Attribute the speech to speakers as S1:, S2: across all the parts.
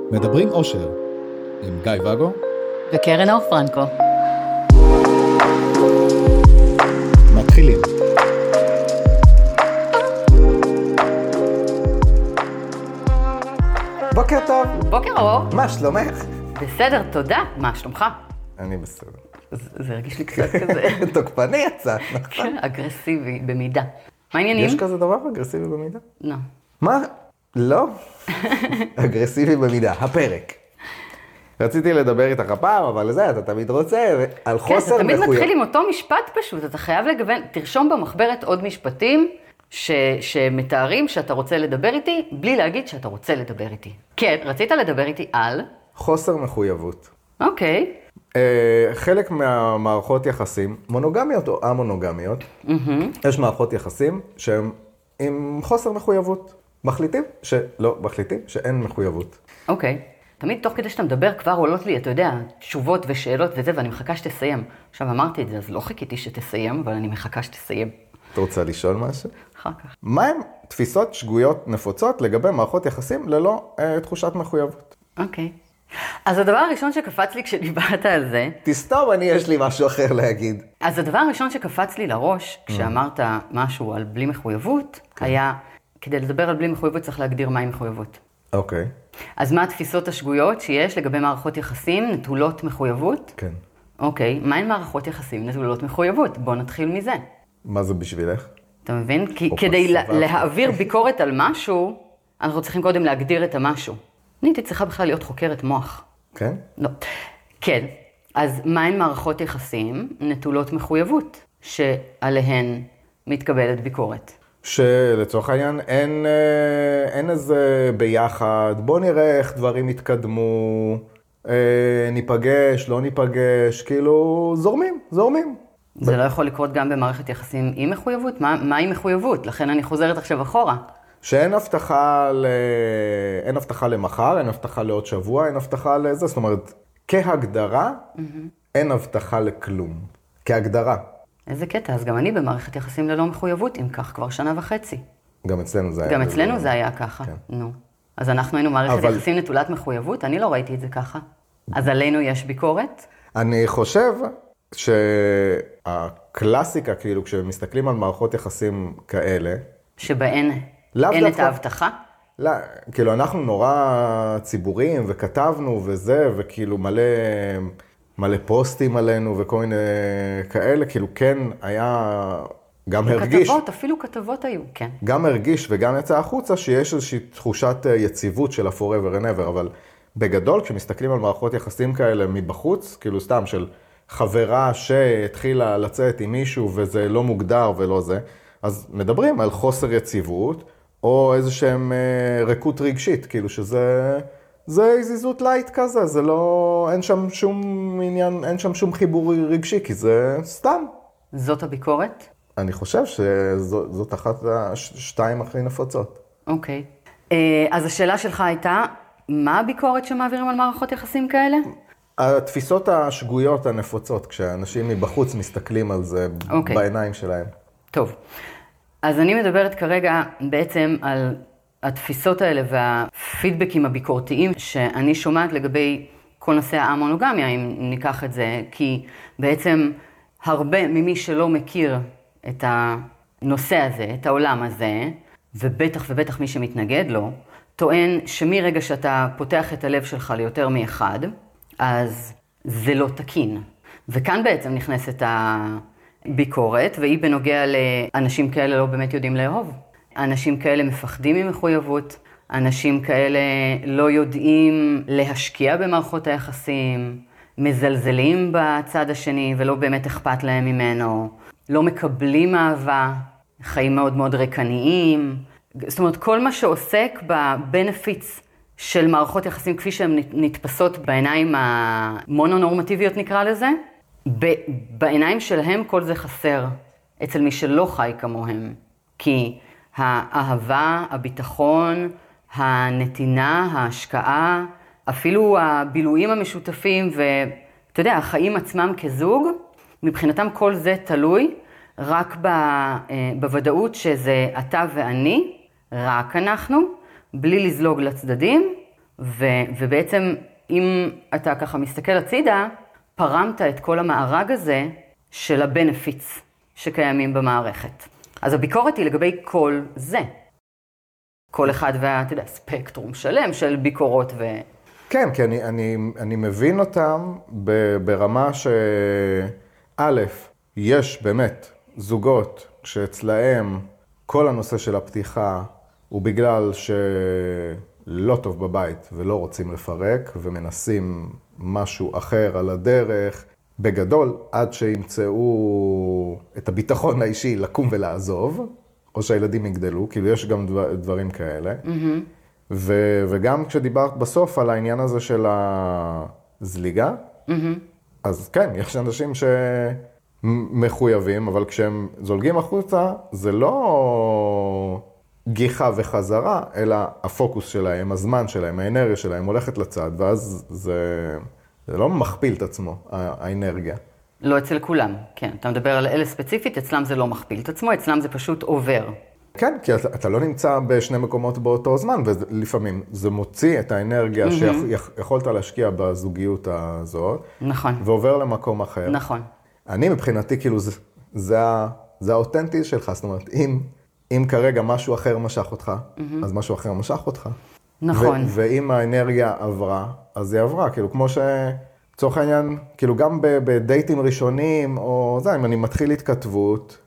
S1: מדברים אושר עם גיא וגו
S2: וקרן אור פרנקו.
S1: מתחילים.
S3: בוקר טוב.
S2: בוקר אור.
S3: מה שלומך?
S2: בסדר, תודה. מה שלומך?
S3: אני בסדר.
S2: זה הרגיש לי קצת כזה.
S3: תוקפני יצא, נכון?
S2: כן, אגרסיבי במידה. מה העניינים?
S3: יש כזה דבר אגרסיבי במידה?
S2: לא.
S3: מה? לא. אגרסיבי במידה, הפרק. רציתי לדבר איתך הפעם, אבל זה אתה תמיד רוצה, על
S2: כן,
S3: חוסר
S2: אתה תמיד
S3: מחויב.
S2: מתחיל עם אותו משפט פשוט, אתה חייב לגוון, תרשום במחברת עוד משפטים שמתארים שאתה רוצה לדבר איתי, בלי להגיד שאתה רוצה לדבר איתי. כן, רצית לדבר איתי על?
S3: חוסר מחויבות.
S2: אוקיי.
S3: חלק מהמערכות יחסים, מונוגמיות או המונוגמיות, יש מערכות יחסים שהן עם חוסר מחויבות. מחליטים שאין מחויבות.
S2: אוקיי. תמיד תוך כדי שאתה מדבר כבר עולות לי, אתה יודע, תשובות ושאלות וזה, ואני מחכה שתסיים. עכשיו אמרתי את זה, אז לא חיכיתי שתסיים, אבל אני מחכה שתסיים.
S3: אתה רוצה לשאול משהו?
S2: אחר כך.
S3: מה הם תפיסות שגויות נפוצות לגבי מערכות יחסים ללא תחושת מחויבות?
S2: אוקיי. אז הדבר הראשון שקפץ לי כשדיברת על זה...
S3: תסתום, יש לי משהו אחר להגיד.
S2: אז הדבר הראשון שקפץ לי לראש, כשאמרת משהו על בלי מחויבות, היה, כדי לדבר על בלי מחויבות צריך להגדיר מהי מחויבות.
S3: אוקיי.
S2: אז מה התפיסות השגויות שיש לגבי מערכות יחסים נטולות מחויבות?
S3: כן.
S2: אוקיי, מהן מערכות יחסים נטולות מחויבות? בוא נתחיל מזה.
S3: מה זה בשבילך?
S2: אתה מבין? כי כדי להעביר ביקורת על משהו, אנחנו צריכים קודם להגדיר את המשהו. אני הייתי צריכה בכלל להיות חוקרת מוח.
S3: כן?
S2: לא. כן, אז מהן מערכות יחסים נטולות מחויבות שעליהן מתקבלת ביקורת?
S3: שלצורך העניין אין איזה ביחד, בוא נראה איך דברים יתקדמו, ניפגש, לא ניפגש, כאילו זורמים.
S2: זה לא יכול לקרות גם במערכת יחסים עם מחויבות? מהי מחויבות? לכן אני חוזרת עכשיו אחורה.
S3: שאין הבטחה למחר, אין הבטחה לעוד שבוע, אין הבטחה לזה, זאת אומרת, כהגדרה, אין הבטחה לכלום. כהגדרה.
S2: איזה קטע, אז גם אני במערכת יחסים ללא מחויבות, אם כך כבר 1.5 שנה.
S3: גם אצלנו זה היה.
S2: גם אצלנו זה היה ככה, נו. אז אנחנו היינו מערכת יחסים נטולת מחויבות, אני לא ראיתי את זה ככה. אז עלינו יש ביקורת?
S3: אני חושב שהקלאסיקה, כאילו, כשמסתכלים על מערכות יחסים כאלה,
S2: שבהן אין את ההבטחה?
S3: לא, כאילו, אנחנו נורא ציבוריים וכתבנו וזה, וכאילו מלא פוסטים עלינו וכל מיני כאלה, כאילו כן היה, גם הרגיש.
S2: כתבות, אפילו כתבות היו, כן.
S3: גם הרגיש וגם יצא החוצה שיש איזושהי תחושת יציבות של ה-forever and ever, אבל בגדול כשמסתכלים על מערכות יחסים כאלה מבחוץ, כאילו סתם של חברה שהתחילה לצאת עם מישהו וזה לא מוגדר ולא זה, אז מדברים על חוסר יציבות או איזשהם ריקות רגשית, כאילו שזה... זה איזיזות לייט כזה, זה לא, אין שם שום עניין, אין שם שום חיבור רגשי, כי זה סתם.
S2: זאת הביקורת?
S3: אני חושב שזאת אחת השתיים הכי נפוצות.
S2: אוקיי. אז השאלה שלך הייתה, מה הביקורת שמעבירים על מערכות יחסים כאלה?
S3: התפיסות השגויות הנפוצות, כשאנשים מבחוץ מסתכלים על זה בעיניים שלהם.
S2: טוב. אז אני מדברת כרגע בעצם על... התפיסות האלה והפידבקים הביקורתיים שאני שומעת לגבי כל נושא המונוגמיה, אם ניקח את זה, כי בעצם הרבה ממי שלא מכיר את הנושא הזה, את העולם הזה, ובטח מי שמתנגד לו, טוען שמרגע שאתה פותח את הלב שלך ליותר מאחד, אז זה לא תקין. וכאן בעצם נכנסת הביקורת, והיא בנוגע לאנשים כאלה לא באמת יודעים לאהוב. אנשים כאלה מפחדים ממחויבות, אנשים כאלה לא יודעים להשקיע במערכות היחסים, מזלזלים בצד השני ולא באמת אכפת להם ממנו, לא מקבלים אהבה, חיים מאוד מאוד ריקניים. זאת אומרת, כל מה שעוסק בבנפיץ של מערכות יחסים כפי שהן נתפסות בעיניים המונונורמטיביות נקרא לזה, בעיניים שלהם כל זה חסר אצל מי שלא חי כמוהם, כי... האהבה, הביטחון, הנתינה, ההשקעה, אפילו הבילויים המשותפים ואתה יודע, החיים עצמם כזוג, מבחינתם כל זה תלוי רק בוודאות שזה אתה ואני, רק אנחנו, בלי לזלוג לצדדים, ובעצם אם אתה ככה מסתכל הצידה, פרמת את כל המארג הזה של הבנפיץ שקיימים במערכת. אז הביקורת היא לגבי כל זה. כל אחד אתה יודע, ספקטרום שלם של ביקורות
S3: כן, כי אני מבין אותם ברמה שא', יש באמת זוגות שאצלהם כל הנושא של הפתיחה הוא בגלל שלא טוב בבית ולא רוצים לפרק ומנסים משהו אחר על הדרך, בגדול, עד שימצאו את הביטחון האישי לקום ולעזוב, או שהילדים יגדלו, כאילו יש גם דברים כאלה. וגם כשדיברת בסוף על העניין הזה של הזליגה, אז כן, יש אנשים שמחויבים, אבל כשהם זולגים החוצה, זה לא גיחה וחזרה, אלא הפוקוס שלהם, הזמן שלהם, האנרגיה שלהם הולכת לצד, ואז זה לא מכפיל את עצמו, האנרגיה.
S2: לא אצל כולם, כן. אתה מדבר על אלה ספציפית, אצלם זה לא מכפיל את עצמו, אצלם זה פשוט עובר. כן,
S3: כי אתה לא נמצא בשני מקומות באותו זמן, ולפעמים זה מוציא את האנרגיה שיכולת להשקיע בזוגיות הזאת.
S2: נכון.
S3: ועובר למקום אחר.
S2: נכון.
S3: אני מבחינתי, כאילו, זה האותנטי שלך, זאת אומרת, אם כרגע משהו אחר משך אותך, אז משהו אחר משך אותך.
S2: נכון.
S3: ואם האנרגיה עברה, אז היא עברה, כאילו, כמו צורך העניין, כאילו גם בדייטים ראשונים, או זה, אם אני מתחיל התכתבות,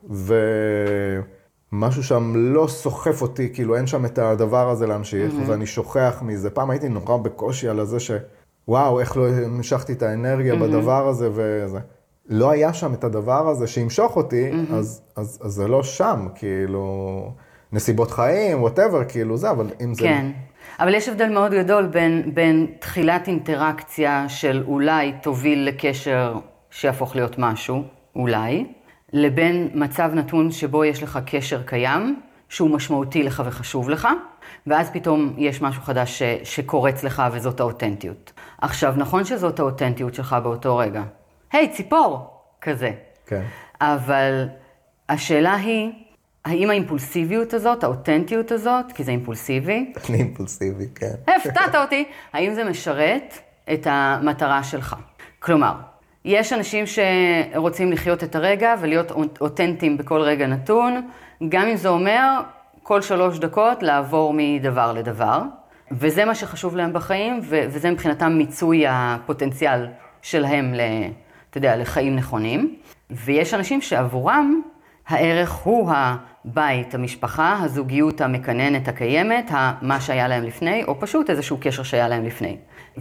S3: ומשהו שם לא סוחף אותי, כאילו אין שם את הדבר הזה להמשיך, ואני שוכח מזה. פעם הייתי נורא בקושי על זה שוואו, איך לא המשכתי את האנרגיה בדבר הזה וזה. לא היה שם את הדבר הזה שימשוך אותי, אז זה לא שם, כאילו, נסיבות חיים, whatever, כאילו זה, אבל אם זה...
S2: כן. אבל יש הבדל מאוד גדול בין תחילת אינטראקציה של אולי תוביל לקשר שיהפוך להיות משהו, אולי, לבין מצב נתון שבו יש לך קשר קיים, שהוא משמעותי לך וחשוב לך, ואז פתאום יש משהו חדש שקורץ לך וזאת האותנטיות. עכשיו, נכון שזאת האותנטיות שלך באותו רגע. היי, ציפור! כזה.
S3: כן.
S2: אבל השאלה היא, האם האימפולסיביות הזאת, האותנטיות הזאת, כי זה אימפולסיבי?
S3: אני אימפולסיבי, כן.
S2: הפתעת אותי. האם זה משרת את המטרה שלך? כלומר, יש אנשים שרוצים לחיות את הרגע ולהיות אותנטיים בכל רגע נתון, גם אם זה אומר כל 3 דקות לעבור מדבר לדבר, וזה מה שחשוב להם בחיים, וזה מבחינתם מיצוי הפוטנציאל שלהם אתה יודע, לחיים נכונים. ויש אנשים שעבורם הערך הוא הבית, המשפחה, הזוגיות המקננת הקיימת, מה שהיה להם לפני, או פשוט איזשהו קשר שהיה להם לפני.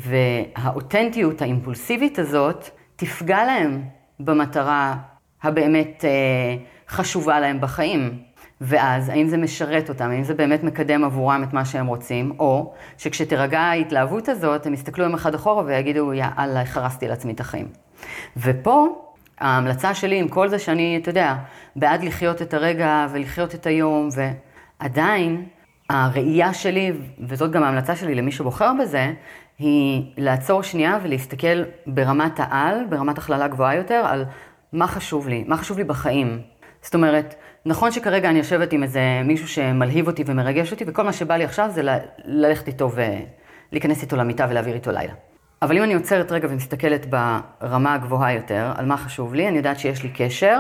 S2: והאותנטיות האימפולסיבית הזאת תפגע להם במטרה הבאמת חשובה להם בחיים. ואז, האם זה משרת אותם, האם זה באמת מקדם עבורם את מה שהם רוצים, או שכשתרגע ההתלהבות הזאת, הם יסתכלו יום אחד אחורה ויגידו, יאללה, חרסתי לעצמי את החיים. ופה, ההמלצה שלי עם כל זה שאני, אתה יודע, בעד לחיות את הרגע ולחיות את היום, ועדיין הראייה שלי, וזאת גם ההמלצה שלי למי שבוחר בזה, היא לעצור שנייה ולהסתכל ברמת העל, ברמת הכללה גבוהה יותר, על מה חשוב לי, מה חשוב לי בחיים. זאת אומרת, נכון שכרגע אני יושבת עם איזה מישהו שמלהיב אותי ומרגש אותי, וכל מה שבא לי עכשיו זה ללכת איתו ולהיכנס איתו למיטה ולהעביר איתו לילה. אבל אם אני עוצרת רגע ומסתכלת ברמה הגבוהה יותר, על מה חשוב לי, אני יודעת שיש לי קשר,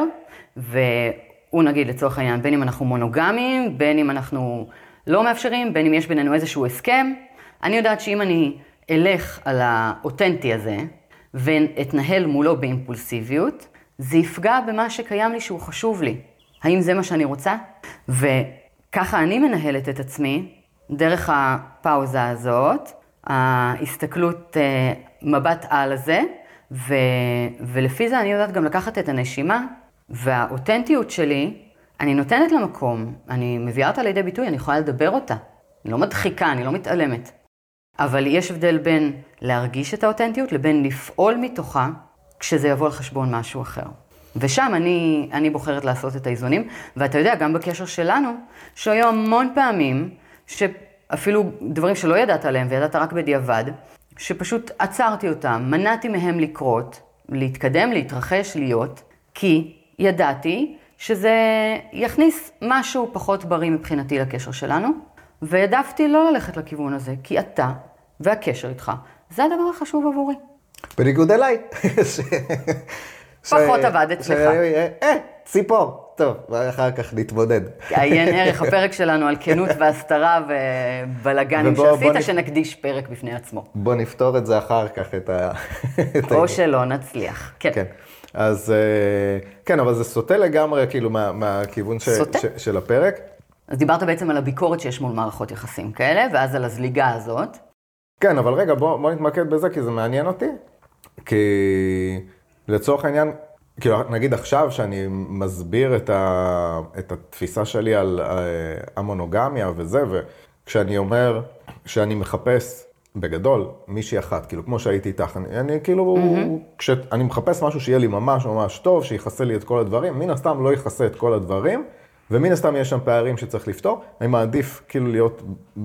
S2: והוא נגיד לצורך העניין, בין אם אנחנו מונוגמיים, בין אם אנחנו לא מאפשרים, בין אם יש בינינו איזשהו הסכם, אני יודעת שאם אני אלך על האותנטי הזה, ואתנהל מולו באימפולסיביות, זה יפגע במה שקיים לי שהוא חשוב לי. האם זה מה שאני רוצה? וככה אני מנהלת את עצמי, דרך הפאוזה הזאת, ההסתכלות מבט על הזה, ולפי זה אני יודעת גם לקחת את הנשימה, והאותנטיות שלי, אני נותנת למקום, אני מביאה אותה לידי ביטוי, אני יכולה לדבר אותה. אני לא מדחיקה, אני לא מתעלמת. אבל יש הבדל בין להרגיש את האותנטיות, לבין לפעול מתוכה, כשזה יבוא על חשבון משהו אחר. ושם אני בוחרת לעשות את האיזונים, ואתה יודע, גם בקשר שלנו, שהיו המון פעמים, אפילו דברים שלא ידעת עליהם, וידעת רק בדיעבד, שפשוט עצרתי אותם, מנעתי מהם לקרות, להתקדם, להתרחש, להיות, כי ידעתי שזה יכניס משהו פחות בריא מבחינתי לקשר שלנו, והעדפתי לא ללכת לכיוון הזה, כי אתה והקשר איתך, זה הדבר החשוב עבורי.
S3: בניגוד אליי.
S2: פחות עבד אצלך.
S3: ציפור. טוב, ואחר כך נתמודד.
S2: עיין ערך הפרק שלנו על כנות והסתרה ובלגנים שעשית, שנקדיש פרק בפני עצמו.
S3: בוא נפתור את זה אחר כך,
S2: או שלא נצליח. כן.
S3: אז כן, אבל זה סוטה לגמרי, כאילו, מהכיוון של הפרק.
S2: אז דיברת בעצם על הביקורת שיש מול מערכות יחסים כאלה, ואז על הזליגה הזאת.
S3: כן, אבל רגע, בוא נתמקד בזה, כי זה מעניין אותי. כי לצורך העניין, כאילו, נגיד עכשיו שאני מסביר את התפיסה שלי על המונוגמיה וזה, וכשאני אומר שאני מחפש בגדול מישהי אחת, כאילו, כמו שהייתי איתך, אני כאילו, כשאני מחפש משהו שיהיה לי ממש ממש טוב, שיחסה לי את כל הדברים, מן הסתם לא יחסה את כל הדברים, ומן הסתם יש שם פערים שצריך לפתור, אני מעדיף כאילו להיות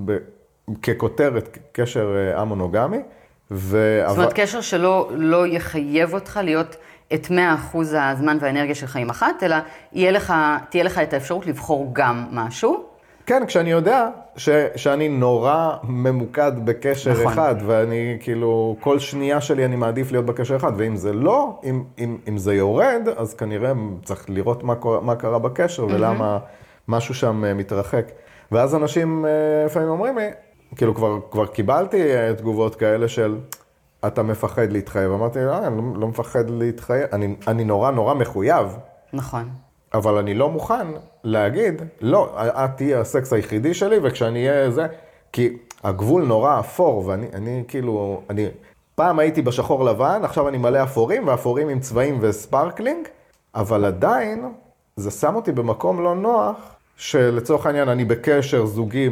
S3: ככותרת קשר המונוגמי,
S2: זאת אומרת, קשר שלא לא יחייב אותך להיות את 100% הזמן והאנרגיה שלך עם אחת, אלא תהיה לך את האפשרות לבחור גם משהו.
S3: כן, כשאני יודע שאני נורא ממוקד בקשר
S2: נכון.
S3: אחד, ואני כאילו, כל שנייה שלי אני מעדיף להיות בקשר אחד, ואם זה לא, אם זה יורד, אז כנראה צריך לראות מה קרה בקשר, ולמה משהו שם מתרחק. ואז אנשים לפעמים אומרים לי, כאילו כבר קיבלתי תגובות כאלה של, אתה מפחד להתחייב. אמרתי, אני לא מפחד להתחייב, אני נורא מחויב.
S2: נכון.
S3: אבל אני לא מוכן להגיד, לא, את תהיה הסקס היחידי שלי, וכשאני אהיה זה, כי הגבול נורא אפור, ואני כאילו, פעם הייתי בשחור לבן, עכשיו אני מלא אפורים, ואפורים עם צבעים וספרקלינג, אבל עדיין זה שם אותי במקום לא נוח, שלצורך העניין אני בקשר זוגי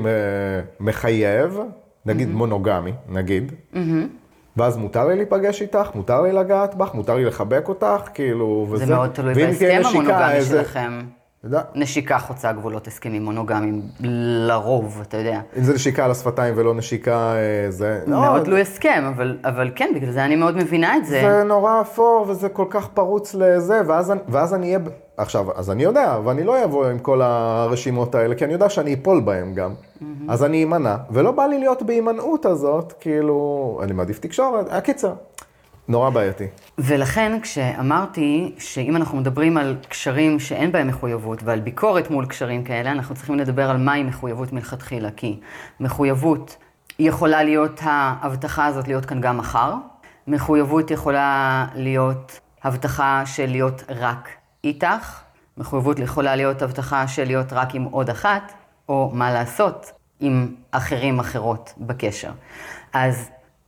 S3: מחייב, נגיד מונוגמי, נגיד, ואז מותר לי להיפגש איתך, מותר לי לגעת בך, מותר לי לחבק אותך, כאילו, וזה.
S2: זה מאוד תלוי בהסכם המונוגמי שלכם. נשיקה חוצה גבולות הסכמים מונוגמיים, לרוב, אתה יודע. אם
S3: זה נשיקה על השפתיים ולא נשיקה, זה...
S2: מאוד תלוי הסכם, אבל כן, בגלל זה אני מאוד מבינה את זה.
S3: זה נורא אפור, וזה כל כך פרוץ לזה, ואז אני אהיה... עכשיו, אז אני יודע, ואני לא אבוא עם כל הרשימות האלה, כי אני יודע שאני אפול בהם גם. אז אני אמנע, ולא בא לי להיות בהימנעות הזאת, כאילו, אני מעדיף תקשורת, הקיצר. נורא בעייתי.
S2: ולכן כשאמרתי שאם אנחנו מדברים על קשרים שאין בהם מחויבות ועל ביקורת מול קשרים כאלה, אנחנו צריכים לדבר על מהי מחויבות מלכתחילה, כי מחויבות יכולה להיות ההבטחה הזאת להיות כאן גם מחר, מחויבות יכולה להיות הבטחה של להיות רק איתך, מחויבות יכולה להיות הבטחה של להיות רק עם עוד אחת, או מה לעשות עם אחרים אחרות בקשר. אז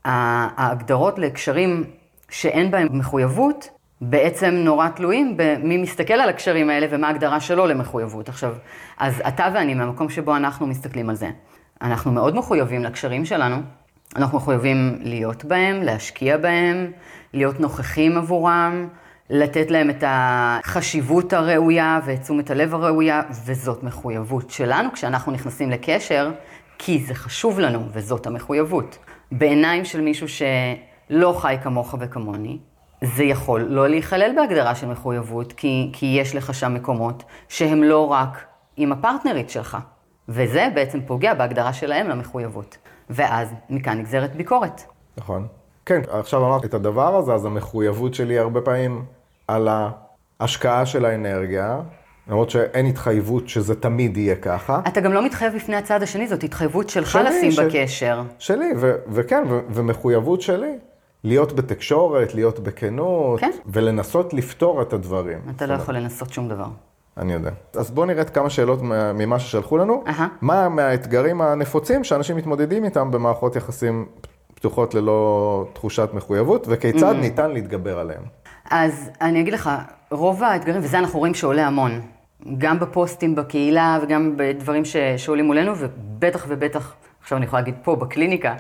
S2: ההגדרות לקשרים שאין בהם מחויבות, בעצם נורא תלויים במי מסתכל על הקשרים האלה ומה ההגדרה שלו למחויבות. עכשיו, אז אתה ואני, מהמקום שבו אנחנו מסתכלים על זה, אנחנו מאוד מחויבים לקשרים שלנו, אנחנו מחויבים להיות בהם, להשקיע בהם, להיות נוכחים עבורם, לתת להם את החשיבות הראויה ואת תשומת הלב הראויה, וזאת מחויבות שלנו כשאנחנו נכנסים לקשר, כי זה חשוב לנו וזאת המחויבות. בעיניים של מישהו שלא חי כמוך וכמוני, זה יכול לא להיכלל בהגדרה של מחויבות, כי יש לך שם מקומות שהם לא רק עם הפרטנרית שלך. וזה בעצם פוגע בהגדרה שלהם למחויבות. ואז מכאן נגזרת ביקורת.
S3: נכון. כן, עכשיו אמרתי את הדבר הזה, אז המחויבות שלי הרבה פעמים על ההשקעה של האנרגיה, למרות שאין התחייבות שזה תמיד יהיה ככה.
S2: אתה גם לא מתחייב בפני הצד השני, זאת התחייבות שלך לשים בקשר.
S3: שלי, וכן, ומחויבות שלי. להיות בתקשורת, להיות בכנות,
S2: כן.
S3: ולנסות לפתור את הדברים.
S2: אתה לא יכול לנסות שום דבר.
S3: אני יודע. אז בואו נראה כמה שאלות ממה ששלחו לנו. מה מהאתגרים הנפוצים שאנשים מתמודדים איתם במערכות יחסים פתוחות ללא תחושת מחויבות, וכיצד ניתן להתגבר עליהם?
S2: אז אני אגיד לך, רוב האתגרים, וזה אנחנו רואים שעולה המון, גם בפוסטים בקהילה וגם בדברים שעולים מולנו, ובטח ובטח, עכשיו אני יכולה להגיד פה בקליניקה,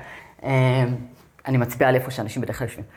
S2: אני מצביעה על איפה שאנשים בדרך כלל יושבים.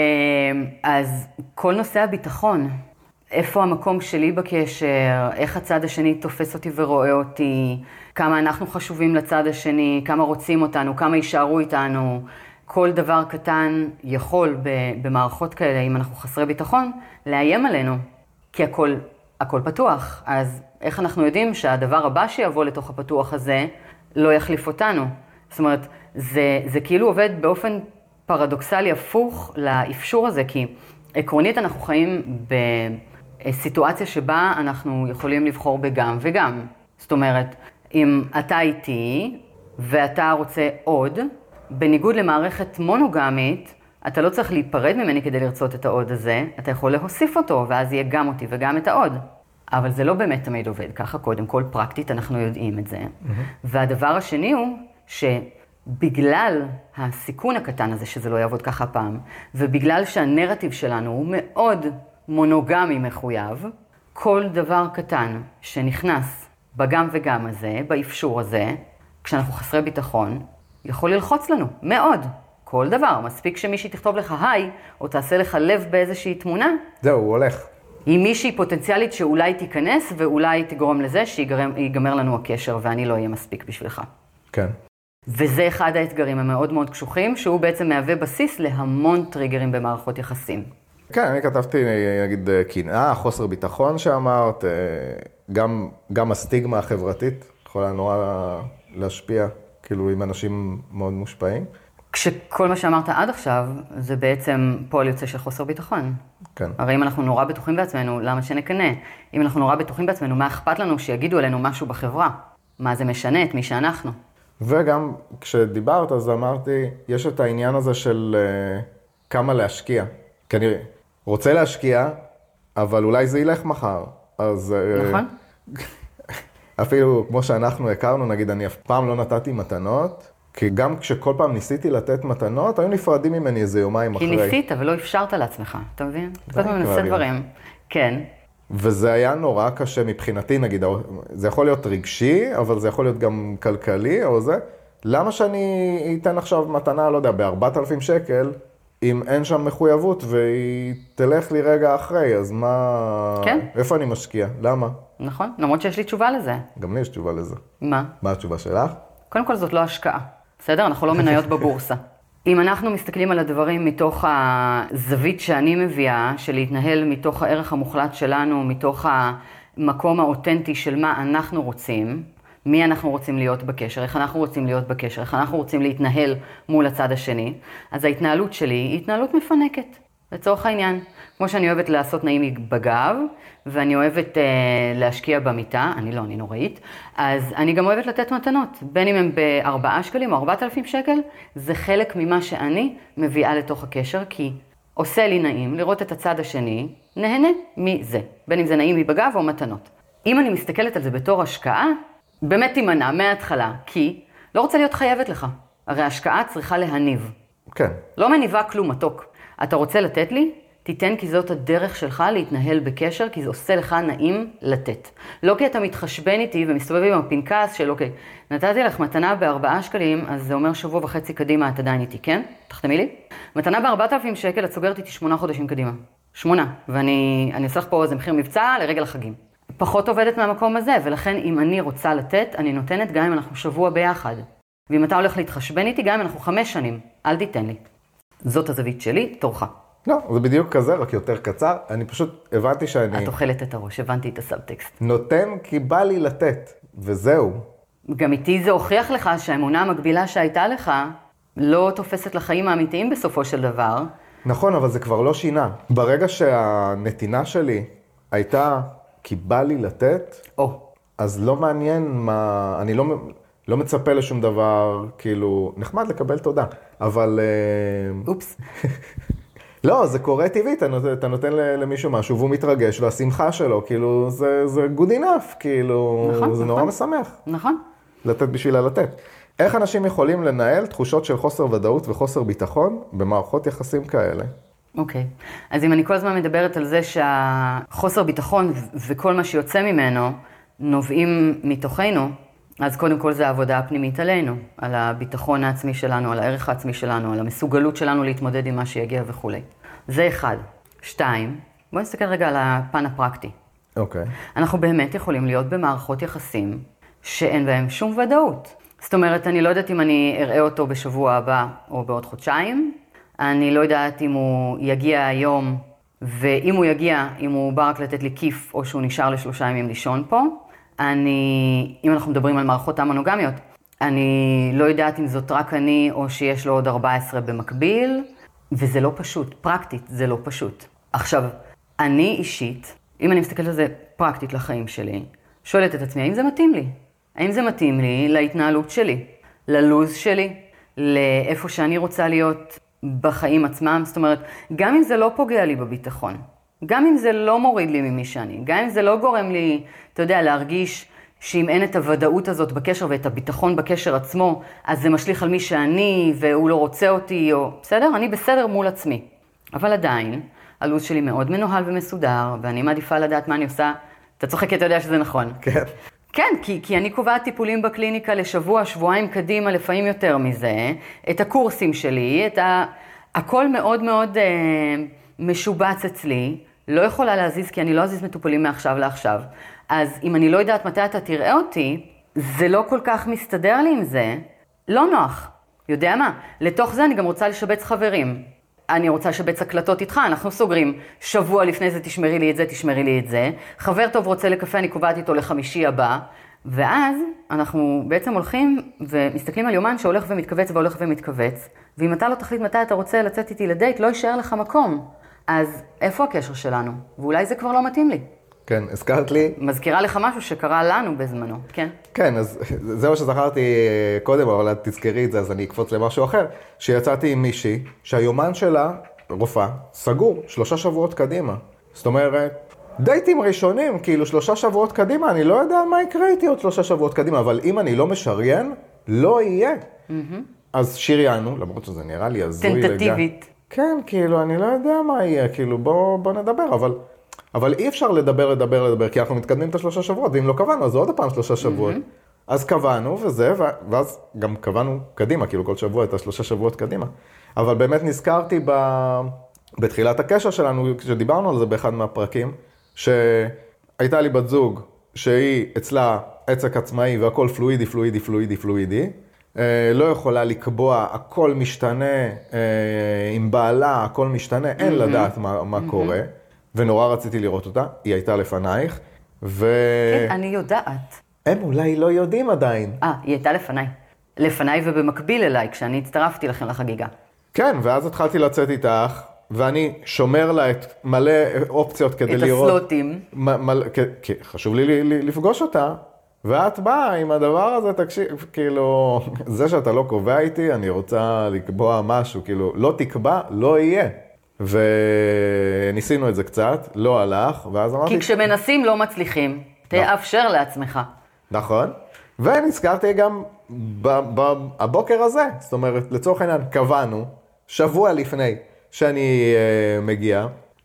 S2: אז כל נושא הביטחון, איפה המקום שלי בקשר, איך הצד השני תופס אותי ורואה אותי, כמה אנחנו חשובים לצד השני, כמה רוצים אותנו, כמה יישארו איתנו, כל דבר קטן יכול במערכות כאלה, אם אנחנו חסרי ביטחון, לאיים עלינו, כי הכל פתוח. אז איך אנחנו יודעים שהדבר הבא שיבוא לתוך הפתוח הזה לא יחליף אותנו? זאת אומרת, זה כאילו עובד באופן פרדוקסלי הפוך לאפשור הזה, כי עקרונית אנחנו חיים בסיטואציה שבה אנחנו יכולים לבחור בגם וגם. זאת אומרת, אם אתה איתי ואתה רוצה עוד, בניגוד למערכת מונוגמית, אתה לא צריך להיפרד ממני כדי לרצות את העוד הזה, אתה יכול להוסיף אותו, ואז יהיה גם אותי וגם את העוד. אבל זה לא באמת תמיד עובד ככה, קודם כל פרקטית אנחנו יודעים את זה. והדבר השני הוא שבגלל הסיכון הקטן הזה שזה לא יעבוד ככה פעם, ובגלל שהנרטיב שלנו הוא מאוד מונוגמי מחויב, כל דבר קטן שנכנס בגם וגם הזה, באפשור הזה, כשאנחנו חסרי ביטחון, יכול ללחוץ לנו מאוד. כל דבר, מספיק שמישהי תכתוב לך היי, או תעשה לך לב באיזושהי תמונה.
S3: זהו, הוא הולך.
S2: היא מישהי פוטנציאלית שאולי תיכנס, ואולי תגרום לזה שיגמר לנו הקשר, ואני לא אהיה מספיק בשבילך.
S3: כן.
S2: וזה אחד האתגרים המאוד מאוד קשוחים, שהוא בעצם מהווה בסיס להמון טריגרים במערכות יחסים.
S3: כן, אני כתבתי, נגיד, קנאה, חוסר ביטחון שאמרת, גם הסטיגמה החברתית יכולה נורא להשפיע, כאילו, עם אנשים מאוד מושפעים.
S2: כשכל מה שאמרת עד עכשיו, זה בעצם פועל יוצא של חוסר ביטחון.
S3: כן.
S2: הרי אם אנחנו נורא בטוחים בעצמנו, למה שנקנה? אם אנחנו נורא בטוחים בעצמנו, מה אכפת לנו שיגידו עלינו משהו בחברה? מה זה משנה את מי שאנחנו?
S3: וגם כשדיברת, אז אמרתי, יש את העניין הזה של כמה להשקיע. כי אני רוצה להשקיע, אבל אולי זה ילך מחר. אז
S2: נכון?
S3: אפילו כמו שאנחנו הכרנו, נגיד, אני אף פעם לא נתתי מתנות, כי גם כשכל פעם ניסיתי לתת מתנות, היו נפרדים ממני איזה יומיים אחרי.
S2: כי ניסית אבל לא אפשרת לעצמך, אתה מבין? כל פעם ננסה דברים. כן.
S3: וזה היה נורא קשה מבחינתי, נגיד, זה יכול להיות רגשי, אבל זה יכול להיות גם כלכלי או זה. למה שאני אתן עכשיו מתנה, לא יודע, ב4,000 שקל, אם אין שם מחויבות והיא תלך לי רגע אחרי, אז מה...
S2: כן.
S3: איפה אני משקיע? למה?
S2: נכון, למרות שיש לי תשובה לזה.
S3: גם לי יש תשובה לזה.
S2: מה?
S3: מה התשובה שלך?
S2: קודם כל זאת לא השקעה, בסדר? אנחנו לא מניות בבורסה. אם אנחנו מסתכלים על הדברים מתוך הזווית שאני מביאה, של להתנהל מתוך הערך המוחלט שלנו, מתוך המקום האותנטי של מה אנחנו רוצים, מי אנחנו רוצים להיות בקשר, איך אנחנו רוצים להיות בקשר, איך אנחנו רוצים להתנהל מול הצד השני, אז ההתנהלות שלי היא התנהלות מפנקת, לצורך העניין. כמו שאני אוהבת לעשות נעים בגב, ואני אוהבת להשקיע במיטה, אני נוראית, אז אני גם אוהבת לתת מתנות, בין אם הם ב4 שקלים או 4,000 שקל, זה חלק ממה שאני מביאה לתוך הקשר, כי עושה לי נעים לראות את הצד השני, נהנה מזה, בין אם זה נעים בגב או מתנות. אם אני מסתכלת על זה בתור השקעה, באמת תימנע מההתחלה, כי לא רוצה להיות חייבת לך. הרי ההשקעה צריכה להניב.
S3: כן.
S2: לא מניבה כלום מתוק. אתה רוצה לתת לי? תיתן כי זאת הדרך שלך להתנהל בקשר, כי זה עושה לך נעים לתת. לא כי אתה מתחשבן איתי ומסתובב עם הפנקס של אוקיי, נתתי לך מתנה ב4 שקלים, אז זה אומר 1.5 שבוע קדימה את עדיין איתי, כן? תחתמי לי? מתנה ב4,000 שקל, את סוגרת איתי 8 חודשים קדימה. 8. ואני אעשה לך פה איזה מחיר מבצע לרגל החגים. פחות עובדת מהמקום הזה, ולכן אם אני רוצה לתת, אני נותנת גם אם אנחנו שבוע ביחד. ואם אתה הולך להתחשבן איתי, גם אם אנחנו 5 שנים, אל תיתן לי. זאת הזווית שלי, תורך.
S3: לא, זה בדיוק כזה, רק יותר קצר. אני פשוט הבנתי שאני...
S2: את אוכלת את הראש, הבנתי את הסאבטקסט.
S3: נותן כי בא לי לתת, וזהו.
S2: גם איתי זה הוכיח לך שהאמונה המקבילה שהייתה לך, לא תופסת לחיים האמיתיים בסופו של דבר.
S3: נכון, אבל זה כבר לא שינה. ברגע שהנתינה שלי הייתה כי בא לי לתת, אז לא מעניין מה... אני לא מצפה לשום דבר, כאילו, נחמד לקבל תודה, אבל...
S2: אופס.
S3: לא, זה קורה טבעית, אתה נותן למישהו משהו, והוא מתרגש, והשמחה שלו, כאילו, זה good enough, כאילו,
S2: נכון,
S3: זה נורא משמח.
S2: נכון.
S3: לתת בשבילה לתת. איך אנשים יכולים לנהל תחושות של חוסר ודאות וחוסר ביטחון במערכות יחסים כאלה?
S2: אוקיי. אז אם אני כל הזמן מדברת על זה שהחוסר ביטחון וכל מה שיוצא ממנו נובעים מתוכנו, אז קודם כל זה העבודה הפנימית עלינו, על הביטחון העצמי שלנו, על הערך העצמי שלנו, על המסוגלות שלנו להתמודד עם מה שיגיע וכו'. זה 1. 2, בואו נסתכל רגע על הפן הפרקטי.
S3: אוקיי.
S2: אנחנו באמת יכולים להיות במערכות יחסים שאין בהם שום ודאות. זאת אומרת, אני לא יודעת אם אני אראה אותו בשבוע הבא או בעוד חודשיים, אני לא יודעת אם הוא יגיע היום, ואם הוא יגיע, אם הוא בא רק לתת לי כיף או שהוא נשאר ל3 ימים לישון פה. אם אנחנו מדברים על מערכות המונוגמיות, אני לא יודעת אם זאת רק אני או שיש לו עוד 14 במקביל, וזה לא פשוט, פרקטית זה לא פשוט. עכשיו, אני אישית, אם אני מסתכלת על זה פרקטית לחיים שלי, שואלת את עצמי, האם זה מתאים לי? האם זה מתאים לי להתנהלות שלי, ללוז שלי, לאיפה שאני רוצה להיות בחיים עצמם? זאת אומרת, גם אם זה לא פוגע לי בביטחון, גם אם זה לא מוריד לי ממי שאני, גם אם זה לא גורם לי, אתה יודע, להרגיש שאם אין את הוודאות הזאת בקשר ואת הביטחון בקשר עצמו, אז זה משליך על מי שאני והוא לא רוצה אותי, או בסדר? אני בסדר מול עצמי. אבל עדיין, הלו"ז שלי מאוד מנוהל ומסודר, ואני מעדיפה לדעת מה אני עושה. אתה צוחק כי אתה יודע שזה נכון.
S3: כן.
S2: כן, כי אני קובעת טיפולים בקליניקה לשבוע, שבועיים קדימה, לפעמים יותר מזה, את הקורסים שלי, הכל מאוד מאוד משובץ אצלי, לא יכולה להזיז כי אני לא אזיז מטופלים מעכשיו לעכשיו. אז אם אני לא יודעת מתי אתה תראה אותי, זה לא כל כך מסתדר לי עם זה, לא נוח. יודע מה? לתוך זה אני גם רוצה לשבץ חברים. אני רוצה לשבץ הקלטות איתך, אנחנו סוגרים שבוע לפני זה, תשמרי לי את זה, תשמרי לי את זה. חבר טוב רוצה לקפה, אני קובעת איתו לחמישי הבא. ואז אנחנו בעצם הולכים ומסתכלים על יומן שהולך ומתכווץ והולך ומתכווץ. ואם אתה לא תחליט מתי אתה רוצה לצאת איתי לדייט, לא יישאר לך מקום. אז איפה הקשר שלנו? ואולי זה כבר לא מתאים לי.
S3: כן, הזכרת לי.
S2: מזכירה לך משהו שקרה לנו בזמנו, כן?
S3: כן, אז זה מה שזכרתי קודם, אבל את תזכרי את זה, אז אני אקפוץ למשהו אחר. שיצאתי עם מישהי, שהיומן שלה, רופאה, סגור, 3 שבועות קדימה. זאת אומרת, דייטים ראשונים, כאילו 3 שבועות קדימה, אני לא יודע מה יקרה איתי עוד 3 שבועות קדימה, אבל אם אני לא משריין, לא יהיה. אז שריינו, למרות שזה נראה לי הזוי לגמרי.
S2: טנטטיבית.
S3: כן, כאילו, אני לא יודע מה יהיה, כאילו, בוא נדבר, אבל אי אפשר לדבר, כי אנחנו מתקדמים את 3 שבועות, ואם לא קבענו, אז עוד הפעם 3 שבועות. אז קבענו וזה, ואז גם קבענו קדימה, כאילו כל שבוע את 3 שבועות קדימה. אבל באמת נזכרתי בתחילת הקשר שלנו, כשדיברנו על זה באחד מהפרקים, שהייתה לי בת זוג, שהיא אצלה עצק עצמאי והכל פלואידי, לא יכולה לקבוע, הכל משתנה, עם בעלה, הכל משתנה, אין לדעת מה קורה. ונורא רציתי לראות אותה, היא הייתה לפנייך,
S2: כן, אני יודעת.
S3: הם אולי לא יודעים עדיין.
S2: היא הייתה לפניי ובמקביל אליי, כשאני הצטרפתי לכם לחגיגה.
S3: כן, ואז התחלתי לצאת איתך, ואני שומר לה את מלא אופציות כדי לראות.
S2: את הסלוטים.
S3: כי חשוב לי לפגוש אותה, ואת באה עם הדבר הזה, תקשיב, כאילו, זה שאתה לא קובע איתי, אני רוצה לקבוע משהו, כאילו, לא תקבע, לא יהיה. וניסינו את זה קצת, לא הלך, ואז אמרתי...
S2: כי כשמנסים לא מצליחים, תאפשר לעצמך.
S3: נכון, ונזכרתי גם הבוקר הזה, זאת אומרת, לצורך העניין, קבענו, שבוע לפני שאני מגיע,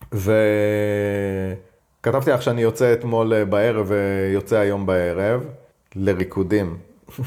S3: וכתבתי לך שאני יוצא אתמול בערב ויוצא היום בערב, לריקודים.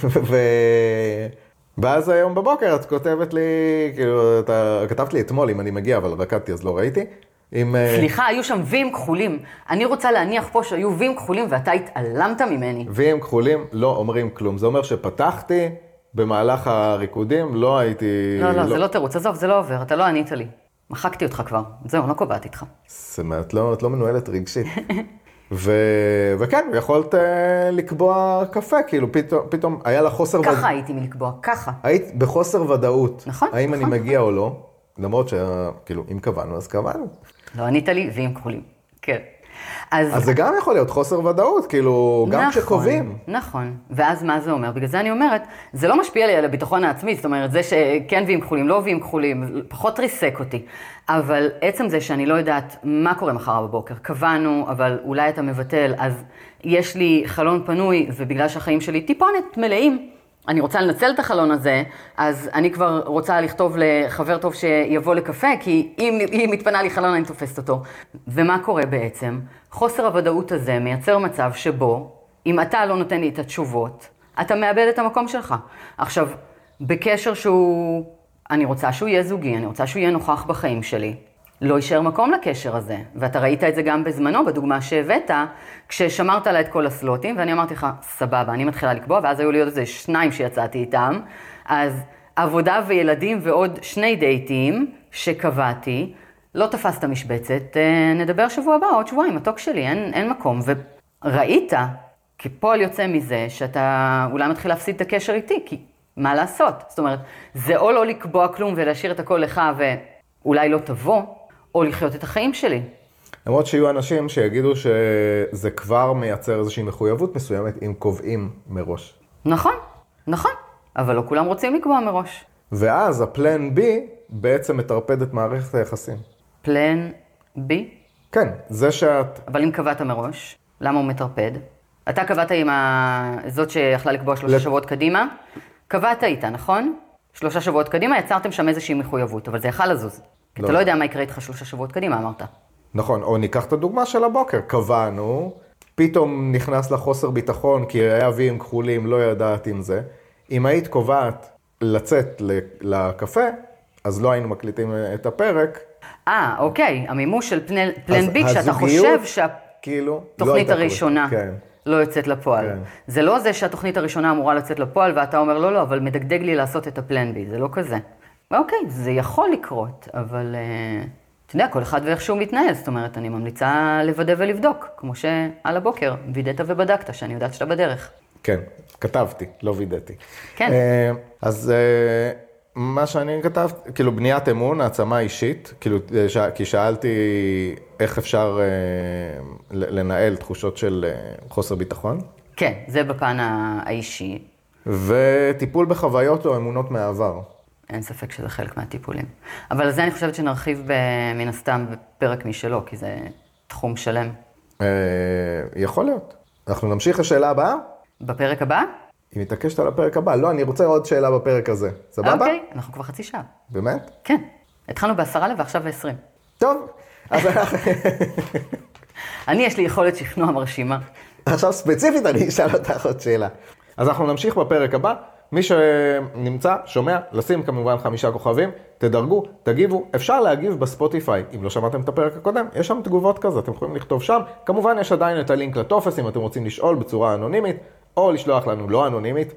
S3: ואז היום בבוקר את כותבת לי, כאילו, כתבת לי אתמול אם אני מגיע, אבל רקדתי אז לא ראיתי.
S2: סליחה, היו שם ויים כחולים. אני רוצה להניח פה שהיו ויים כחולים ואתה התעלמת ממני.
S3: ויים כחולים לא אומרים כלום. זה אומר שפתחתי במהלך הריקודים, לא הייתי...
S2: לא, זה לא תירוץ, עזוב, זה לא עובר, אתה לא ענית לי. מחקתי אותך כבר, זהו, לא קובעת איתך.
S3: זאת אומרת, את לא מנוהלת רגשית. וכן, יכולת לקבוע קפה, כאילו פתאום היה לה חוסר ודאות.
S2: ככה הייתי מלקבוע, ככה.
S3: היית בחוסר ודאות.
S2: נכון.
S3: האם אני מגיע או לא, למרות שכאילו, אם קבענו, אז קבענו.
S2: לא ענית לי, ויים כחולים. כן.
S3: אז זה גם יכול להיות חוסר ודאות, כאילו, גם כשקובעים.
S2: נכון, ואז מה זה אומר? בגלל זה אני אומרת, זה לא משפיע לי על הביטחון העצמי, זאת אומרת, זה שכן ויים כחולים, לא ויים כחולים, פחות ריסק אותי. אבל עצם זה שאני לא יודעת מה קורה מחר בבוקר, קבענו, אבל אולי אתה מבטל, אז יש לי חלון פנוי, ובגלל שהחיים שלי טיפונת מלאים, אני רוצה לנצל את החלון הזה, אז אני כבר רוצה לכתוב לחבר טוב שיבוא לקפה, כי אם מתפנה לי חלון אני תופסת אותו. ומה קורה בעצם? חוסר הוודאות הזה מייצר מצב שבו, אם אתה לא נותן לי את התשובות, אתה מאבד את המקום שלך. עכשיו, בקשר שהוא, אני רוצה שהוא יהיה זוגי, אני רוצה שהוא יהיה נוכח בחיים שלי, לא יישאר מקום לקשר הזה. ואתה ראית את זה גם בזמנו, בדוגמה שהבאת, כששמרת לה את כל הסלוטים, ואני אמרתי לך, סבבה, אני מתחילה לקבוע, ואז היו לי עוד איזה 2 שיצאתי איתם, אז עבודה וילדים ועוד 2 דייטים שקבעתי, לא תפסת משבצת, נדבר שבוע הבא, עוד שבועיים, מתוק שלי, אין מקום. וראית כפועל יוצא מזה שאתה אולי מתחיל להפסיד את הקשר איתי, כי מה לעשות? זאת אומרת, זה או לא לקבוע כלום ולהשאיר את הכל לך ואולי לא תבוא, או לחיות את החיים שלי.
S3: למרות שיהיו אנשים שיגידו שזה כבר מייצר איזושהי מחויבות מסוימת אם קובעים מראש.
S2: נכון, נכון, אבל לא כולם רוצים לקבוע מראש.
S3: ואז הפלן B בעצם מטרפד את מערכת היחסים.
S2: פלן B?
S3: כן, זה שאת...
S2: אבל אם קבעת מראש, למה הוא מטרפד? אתה קבעת עם זאת שיכלה לקבוע 3 שבועות קדימה, קבעת איתה, נכון? 3 שבועות קדימה, יצרתם שם איזושהי מחויבות, אבל זה יכל לזוז. כי אתה לא יודע מה יקרה איתך 3 שבועות קדימה, אמרת.
S3: נכון, או ניקח את הדוגמה של הבוקר, קבענו, פתאום נכנס לחוסר ביטחון, כי היה אבים כחולים, לא ידעת עם זה. אם היית קובעת לצאת לקפה, אז לא היינו מקליטים את הפרק.
S2: אוקיי, המימוש של פלן בי, שאתה חושב שהתוכנית הראשונה לא יוצאת לפועל. זה לא זה שהתוכנית הראשונה אמורה לצאת לפועל, ואתה אומר, לא, אבל מדגדג לי לעשות את הפלן בי, זה לא כזה. אוקיי, זה יכול לקרות, אבל אתה יודע, כל אחד ואיך שהוא מתנהל, זאת אומרת, אני ממליצה לוודא ולבדוק, כמו שעל הבוקר, וידאת ובדקת, שאני יודעת שאתה בדרך.
S3: כן, כתבתי, לא וידאתי.
S2: כן.
S3: אז מה שאני כתבתי, כאילו בניית אמון, העצמה אישית, כאילו, כי שאלתי איך אפשר לנהל תחושות של חוסר ביטחון.
S2: כן, זה בפן האישי.
S3: וטיפול בחוויות או אמונות מהעבר.
S2: אין ספק שזה חלק מהטיפולים. אבל על זה אני חושבת שנרחיב מן הסתם בפרק משלו, כי זה תחום שלם.
S3: יכול להיות. אנחנו נמשיך לשאלה הבאה?
S2: בפרק הבא?
S3: היא מתעקשת על הפרק הבא. לא, אני רוצה עוד שאלה בפרק הזה. סבבה?
S2: אוקיי, אנחנו כבר חצי שעה.
S3: באמת?
S2: כן. התחלנו ב10 ועכשיו ב20.
S3: טוב, אז אנחנו...
S2: יש לי יכולת שכנוע מרשימה.
S3: עכשיו ספציפית אני אשאל אותך עוד שאלה. אז אנחנו נמשיך בפרק הבא. מי שנמצא, שומע, לשים כמובן 5 כוכבים, תדרגו, תגיבו. אפשר להגיב בספוטיפיי. אם לא שמעתם את הפרק הקודם, יש שם תגובות כזה, אתם יכולים לכתוב שם. כמובן יש עדיין את הלינק לטופס, אם אתם רוצים לשאול בצורה אנונימית, או לשלוח לנו לא אנונימית,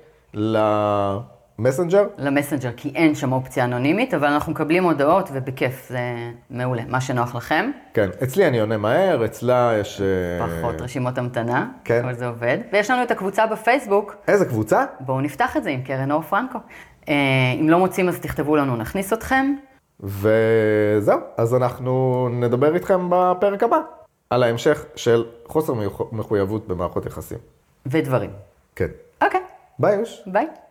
S3: למסנג'ר.
S2: למסנג'ר, כי אין שם אופציה אנונימית, אבל אנחנו מקבלים הודעות ובכיף, זה מעולה. מה שנוח לכם.
S3: כן, אצלי אני עונה מהר, אצלה יש...
S2: פחות רשימות המתנה,
S3: כן.
S2: אבל זה עובד. ויש לנו את הקבוצה בפייסבוק.
S3: איזה קבוצה?
S2: בואו נפתח את זה עם קרן אור פרנקו. אם לא מוצאים אז תכתבו לנו, נכניס אתכם.
S3: וזהו, אז אנחנו נדבר איתכם בפרק הבא, על ההמשך של חוסר מחויבות במערכות יחסים.
S2: ודברים.
S3: כן.
S2: אוקיי.
S3: ביי יוש.
S2: ביי.